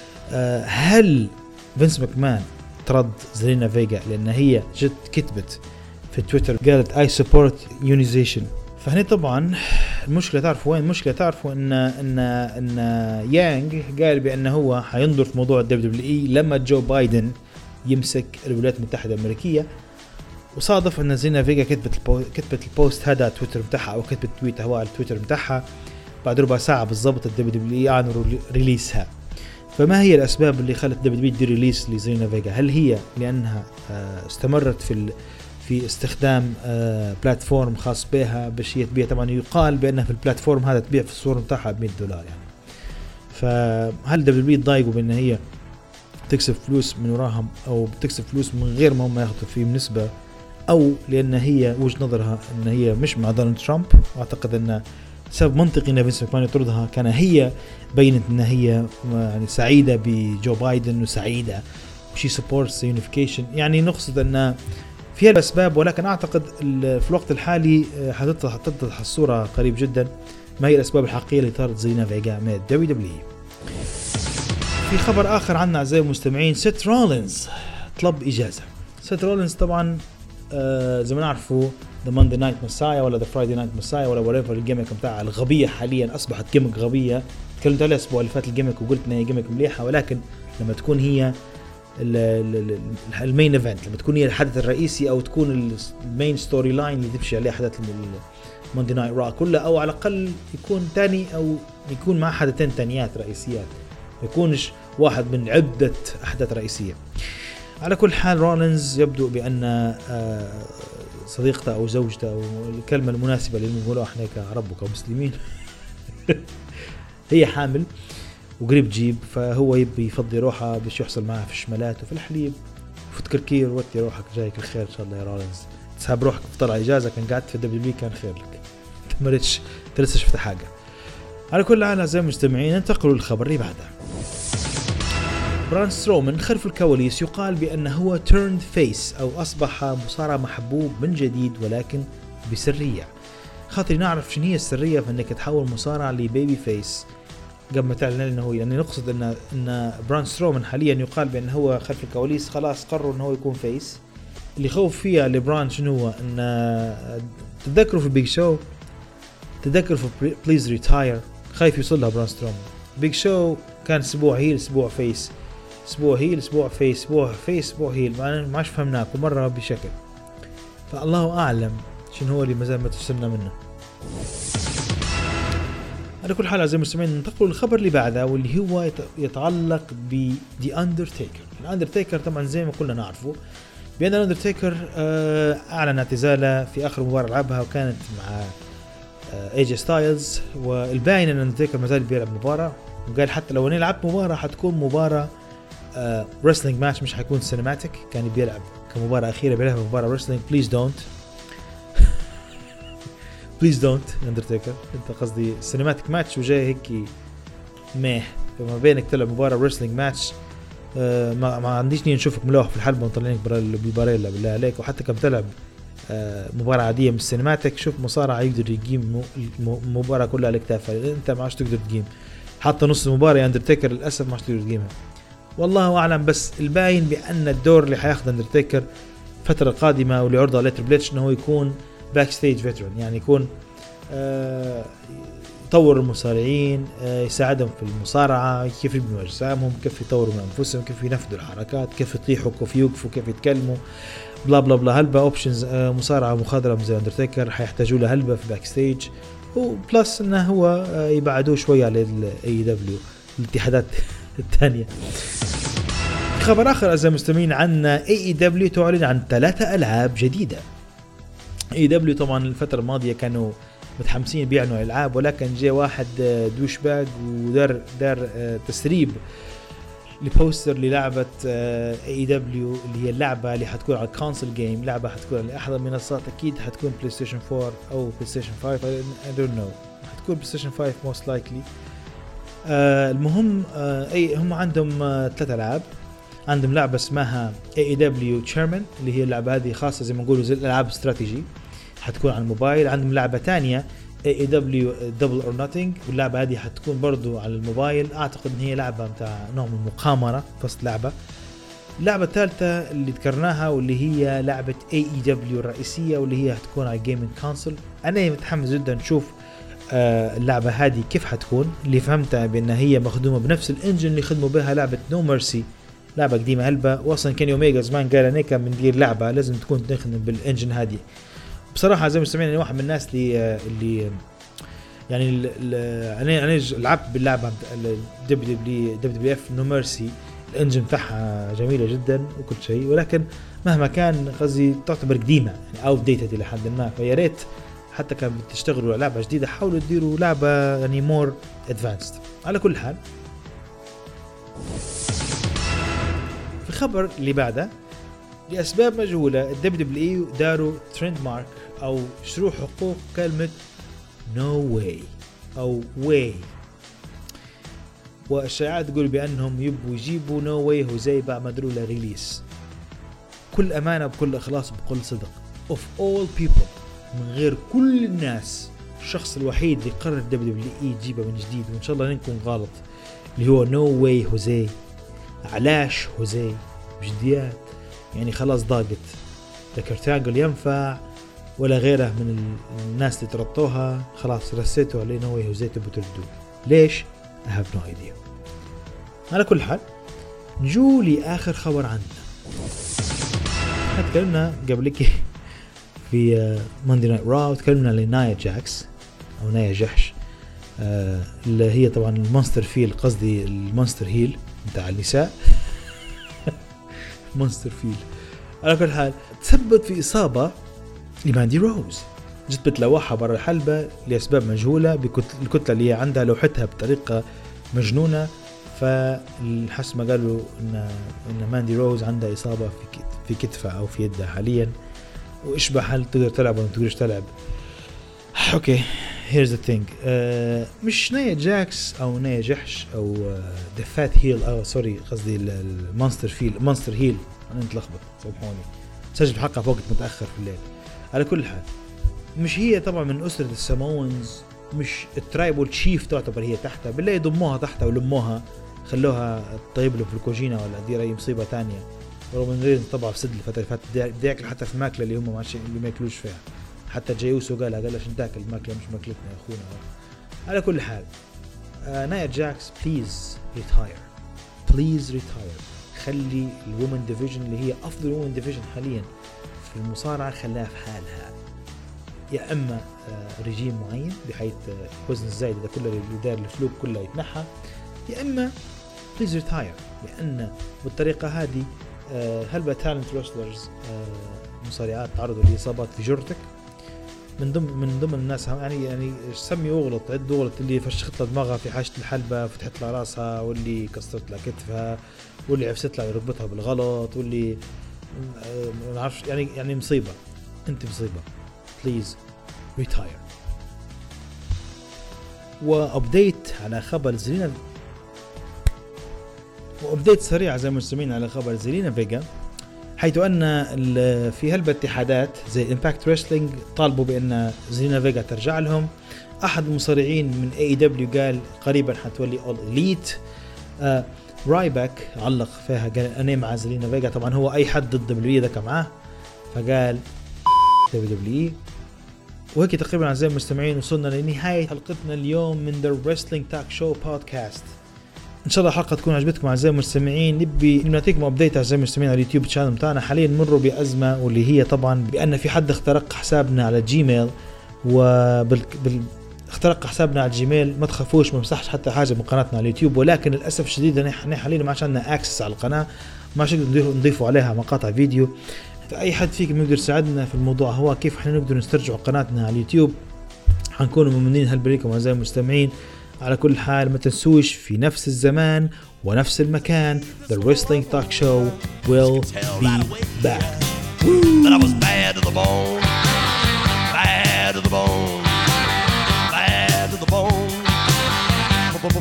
هل بنس مكمان ترد زيلينا فيجا لان هي جت كتبت في تويتر قالت I support unionization؟ فهنا طبعا المشكلة تعرفوا وين المشكلة، تعرفوا ان يانغ قال بانه هو حينظر في موضوع WWE لما جو بايدن يمسك الولايات المتحدة الأمريكية. وصادف ان زيلينا فيجا كتبت البوست هذا تويتر متاعها او كتبت تويت هو على التويتر متاعها بعد ربع ساعة بالضبط WWE اعلنوا ريليسها. فما هي الاسباب اللي خلت WWE تدير ريليس لزيلينا فيجا؟ هل هي لانها استمرت في استخدام بلاتفورم خاص بها باش هي تبيع؟ طبعا يقال بأنها في البلاتفورم هذا تبيع في الصورة متاعها $100 يعني. فهل WWE تضايقوا بأن هي تكسب فلوس من وراهم أو بتكسب فلوس من غير ما هم ياخذوا فيه نسبة، أو لأن هي وجه نظرها أن هي مش مع دونالد ترامب؟ أعتقد أن سبب منطقي أن فينس ماكمان يطردها كان هي بينت أن هي يعني سعيدة بجو بايدن وسعيدة وشي سبورتس يونيفيكيشن، يعني نقصد أن فيها الأسباب. ولكن أعتقد في الوقت الحالي حتتضح الصورة قريب جدا ما هي الأسباب الحقيقية اللي طارت زيلينا فيجا من WWE. في خبر آخر عنا أعزائي المستمعين، سيث رولينز طلب إجازة. سيث رولينز طبعا زي ما نعرفوا The Monday Night Messiah ولا The Friday Night Messiah ولا whatever الجيمك متاعها الغبية حاليا أصبحت جيمك غبية. تكلمت عليها الأسبوع اللي فات الجيمك وقلت إنها جيمك مليحة، ولكن لما تكون هي المين ايفنت، لما تكون هي الحدث الرئيسي او تكون المين ستوري لاين اللي تمشي عليه احداث الموندي نايت را كلها، او على الاقل يكون تاني او يكون مع حدثين تانيات رئيسيات، ما يكونش واحد من عدة احداث رئيسية. على كل حال رولينز يبدو بان صديقته او زوجته او الكلمة المناسبة اللي نقولها احنا كعرب وكمسلمين هي حامل وقريب تجيب، فهو يبي يفضي روحه باش يحصل معها في الشمالات وفي الحليب وفي التكركير. وتي روحك جايك الخير ان شاء الله يا رولينز، تسحب روحك في طلع اجازه كان قاعد في WWE كان خير لك، تمرتش لسه شفت حاجه. على كل حال اعزائي المستمعين ننتقلوا للخبر اللي بعده. بران سترومان خلف الكواليس يقال بانه هو تيرند فيس او اصبح مصارع محبوب من جديد ولكن بسريه. خاطر نعرف شنو هي السريه في انك تحول مصارع لبيبي فيس قبل ما تعلن انه هو، يعني نقصد ان بران سترومان حاليا يقال بانه هو خلف الكواليس خلاص قرر انه هو يكون فيس. اللي خوف فيها لبران شنو هو؟ ان تذكروا في بيج شو، تذكروا في بليز ريتاير، خايف يوصلها بران سترومان. بيج شو كان اسبوع هيل اسبوع فيس، اسبوع هيل اسبوع فيس، اسبوع فيس اسبوع هيل، ما عادش فهمناك ومره بشكل. فالله اعلم شنو هو اللي مازال ما تفهمنا منه. على كل حال أعزائي المستمعين ننتقل للخبر اللي بعده واللي هو يتعلق بدي أندرتيكر. الأندرتيكر طبعا زي ما كلنا نعرفه بأن الأندرتيكر أعلن اعتزاله في آخر مباراة لعبها وكانت مع AJ ستايلز، والباين أن الأندرتيكر مازال بيلعب مباراة، وقال حتى لو أنا لعبت مباراة حتكون مباراة wrestling match مش حيكون سينماتيك. كان بيلعب كمباراة أخيرة بيلعب مباراة wrestling. please don't بليز دونت اندرتيكر، انت قصدي سينماتيك ماتش وجاي هيك ماه فما بينك تلعب مباراة ريسلينج ماتش ما عنديش نية نشوفك ملوح في الحلبة وطلعينك برا الباريلا بالله عليك. وحتى كم تلعب مباراة عادية من السينماتيك شوف مصارع يقدر يقيم مباراة كلها على كتافها. انت ما عادش تقدر تقيم حتى نص المباراة اندرتيكر للأسف ما عادش تقدر تقيمها والله أعلم. بس الباين بأن الدور اللي حياخذ اندرتيكر فترة قادمة واللي عرضها لتريبل اتش انه يكون باك ستيج فيترن يعني يكون يطور المصارعين يساعدهم في المصارعة كيف يبنوا أجسامهم كيف يطوروا من أنفسهم كيف ينفذوا الحركات كيف يطيحوا كيف يوقفوا كيف يتكلموا بلا بلا بلا. هلبة اوبشنز مصارعة مخضرة زي اندرتيكر حيحتاجوا له هلبة في باك ستيج وبلس انه هو يبعدوه شوية على الاي دبليو الاتحادات الثانية. خبر آخر أعزائي المستمعين عن AEW تعلن عن 3 ألعاب جديدة. AEW طبعا الفترة الماضية كانوا متحمسين بيعنوا ألعاب ولكن جاء واحد دوش باج ودار تسريب لبوستر للعبة AEW اللي هي اللعبة اللي حتكون على الكونسول جيم. لعبة حتكون على أحد المنصات أكيد حتكون بلاي ستيشن 4 أو بلاي ستيشن 5 I don't know حتكون بلاي ستيشن 5 most likely. المهم هم عندهم 3 ألعاب. عندهم لعبة اسمها AEW Chairman اللي هي اللعبة هذه خاصة زي ما نقولوا زي الألعاب استراتيجي حتكون على الموبايل. عندهم لعبة تانية AEW Double or Nothing واللعبة هذه حتكون برضو على الموبايل. أعتقد إن هي لعبة متاع نوع من المقامرة فصل لعبة. اللعبة الثالثة اللي ذكرناها واللي هي لعبة AEW الرئيسية واللي هي حتكون على Gaming Console. أنا متحمس جدا نشوف اللعبة هذه كيف حتكون. اللي فهمتها بأنها هي مخدومة بنفس الانجن اللي خدموا بها لعبة No Mercy لعبة قديمة هلبة. وأصلا كان أوميجا زمان قال أنيكا من دير لعبة لازم تكون تخدم بالانجن هذه. بصراحة زي ما سمعنا واحد من الناس اللي يعني أنا لعبت باللعبة WWF No Mercy الانجن بتاعها جميلة جدا وكل شيء ولكن مهما كان قصدي تعتبر قديمة يعني outdated إلى حد ما. فيا ريت حتى كان بتشتغلوا على لعبة جديدة حاولوا تديروا لعبة يعني more advanced. على كل حال في الخبر اللي بعده لأسباب مجهولة WWE داروا ترند مارك أو شروع حقوق كلمة no way أو way. والشائعات تقول بأنهم يبوا يجيبوا no way هوزي بعمدروا له ريليس. كل أمانة بكل إخلاص بكل صدق of all people من غير كل الناس الشخص الوحيد اللي قرر WWE يجيبه من جديد وإن شاء الله نكون غلط اللي هو no way هوزي. علاش هوزي بجديات يعني خلاص ضاقت لا كرتانجل ينفع ولا غيره من الناس اللي ترطوها خلاص رسيتوا عليه no way هوزي تبوا تردوه ليش I have no idea. على كل حال نجو لآخر خبر عندنا. تكلمنا قبل كده في Monday Night Raw تكلمنا لنايا جاكس أو نايا جحش اللي هي طبعا المونستر فيل قصدي المونستر هيل متاع النساء مونستر فيل. على كل حال تثبت في إصابة لماندي روز جت بتلوحها برا الحلبة لأسباب مجهولة بالكتلة اللي عندها لوحتها بطريقة مجنونة. فالحس ما قالوا إن ماندي روز عندها إصابة في كتفها أو في يدها حاليا وإشبه هل تقدر تلعب ولا تقدرش تلعب. أوكي here's the thing مش نايا جاكس أو نايا جحش أو دفات هيل أو سوري قصدي المونستر هيل أنا متلخبط سامحوني سجل حلقة في وقت متأخر في الليل. على كل حال مش هي طبعا من أسرة السامونز مش الترايبل تشيف تعتبر هي تحتها بالله يضموها تحتها ولموها خلوها طيب له في الكوجينة ولا دير أي مصيبة تانية ولو من غير طبعا في سد الفترة اللي فاتت دياكل حتى في ماكلة اللي هم اللي ما ياكلوش فيها حتى جايوسو قال عشان تاكل الماكلة مش ماكلتنا يا أخونا. على كل حال نايا جاكس please retire خلي الومن ديفيجن اللي هي أفضل وومن ديفيجن حاليا في المصارعة خلاها في حالها. يا أما رجيم معين بحيث وزن الزايد ده كله اللي دار الفلوك كله يتنحى يا إما please retire لأن بالطريقة هذه هلبة تالنت روسلرز مصارعات تعرضوا لإصابات في جرتك من ضمن الناس يعني سمي أغلط عد أغلط اللي فشخت له دماغها في حاشة الحلبة فتحت لها راسها واللي كسرت لها كتفها واللي عفست لها ركبتها بالغلط واللي ما عارفش يعني مصيبة أنت مصيبة please retire. وأبديت على خبر زلينا وابديت سريع زي المستمعين على خبر زيلينا فيجا، حيث أن في هالاتحادات زي إمباكت ريسلينج طالبوا بأن زيلينا فيجا ترجع لهم. أحد المصارعين من AEW قال قريبا حتولي All Elite. رايباك علق فيها قال أنا مع زيلينا فيجا، طبعا هو أي حد ضد WWE ذاك معاه، فقال WWE. وهيك تقريبا أعزائي المستمعين وصلنا لنهاية حلقتنا اليوم من The Wrestling Talk Show Podcast. ان شاء الله الحلقه تكون عجبتكم اعزائي المستمعين. نبي نعطيكم ابديت اعزائي المستمعين على اليوتيوب شانل بتاعنا. حاليا نمر بازمه واللي هي طبعا بان في حد اخترق حسابنا على جيميل، اخترق حسابنا على جيميل. ما تخافوش، ما مسحش حتى حاجه من قناتنا على اليوتيوب، ولكن للاسف الشديد احنا حاليا ما عندنا اكسس على القناه، ما نقدر نضيفوا عليها مقاطع فيديو. فاي حد فيكم يقدر يساعدنا في الموضوع هو كيف احنا نقدر نسترجع قناتنا على اليوتيوب، حنكون ممنين هالبريكم اعزائي المستمعين. على كل حال ما تنسوش في نفس الزمان ونفس المكان The Wrestling Talk Show will be back. That I was bad to the bone, bad to the bone, bad to the bone,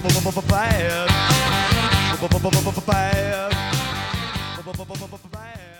bad, bad, bad.